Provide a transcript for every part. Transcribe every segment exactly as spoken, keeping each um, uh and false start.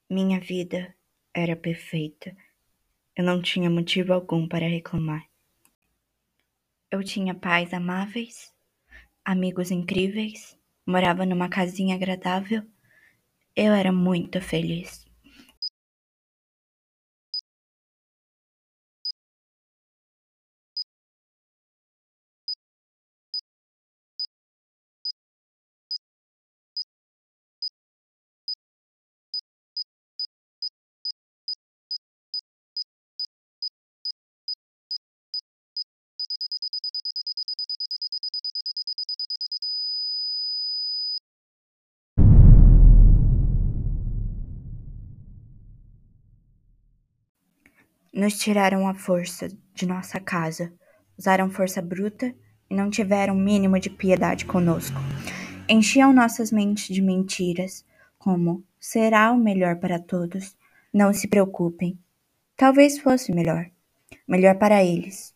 Minha vida era perfeita. Eu não tinha motivo algum para reclamar. Eu tinha pais amáveis, amigos incríveis, morava numa casinha agradável. Eu era muito feliz. Nos tiraram à força de nossa casa, usaram força bruta e não tiveram o mínimo de piedade conosco. Enchiam nossas mentes de mentiras, como será o melhor para todos. Não se preocupem. Talvez fosse melhor. Melhor para eles.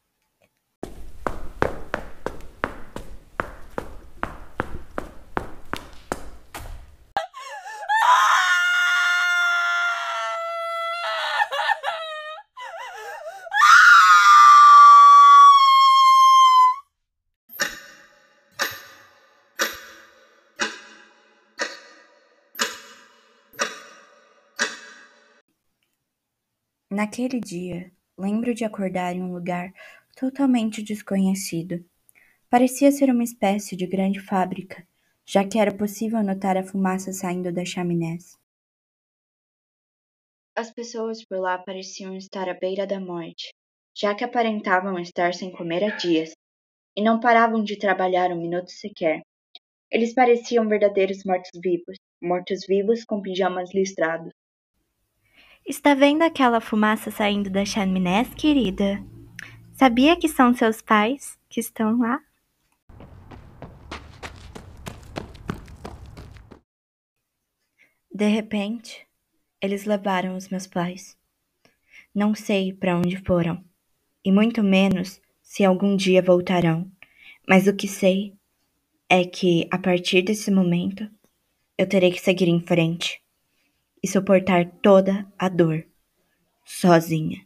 Naquele dia, lembro de acordar em um lugar totalmente desconhecido. Parecia ser uma espécie de grande fábrica, já que era possível notar a fumaça saindo das chaminés. As pessoas por lá pareciam estar à beira da morte, já que aparentavam estar sem comer há dias, e não paravam de trabalhar um minuto sequer. Eles pareciam verdadeiros mortos-vivos, mortos-vivos com pijamas listrados. Está vendo aquela fumaça saindo das chaminés, querida? Sabia que são seus pais que estão lá? De repente, eles levaram os meus pais. Não sei para onde foram, e muito menos se algum dia voltarão, mas o que sei é que, a partir desse momento, eu terei que seguir em frente e suportar toda a dor, sozinha.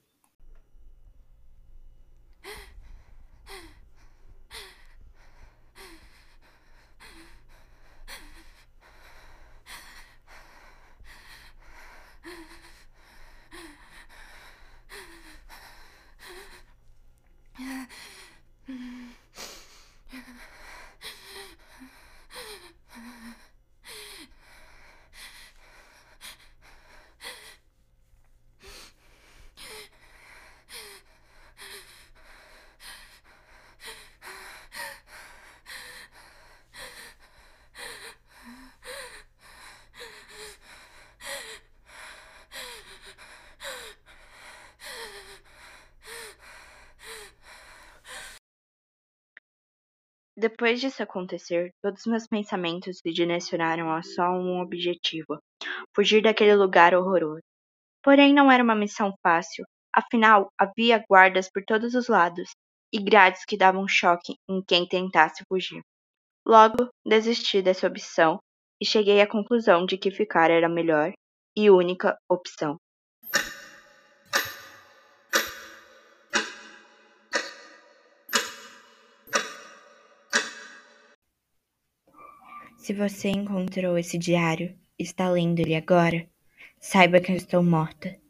Depois disso acontecer, todos meus pensamentos se direcionaram a só um objetivo: fugir daquele lugar horroroso. Porém, não era uma missão fácil, afinal, havia guardas por todos os lados e grades que davam choque em quem tentasse fugir. Logo, desisti dessa opção e cheguei à conclusão de que ficar era a melhor e única opção. Se você encontrou esse diário e está lendo ele agora, saiba que eu estou morta.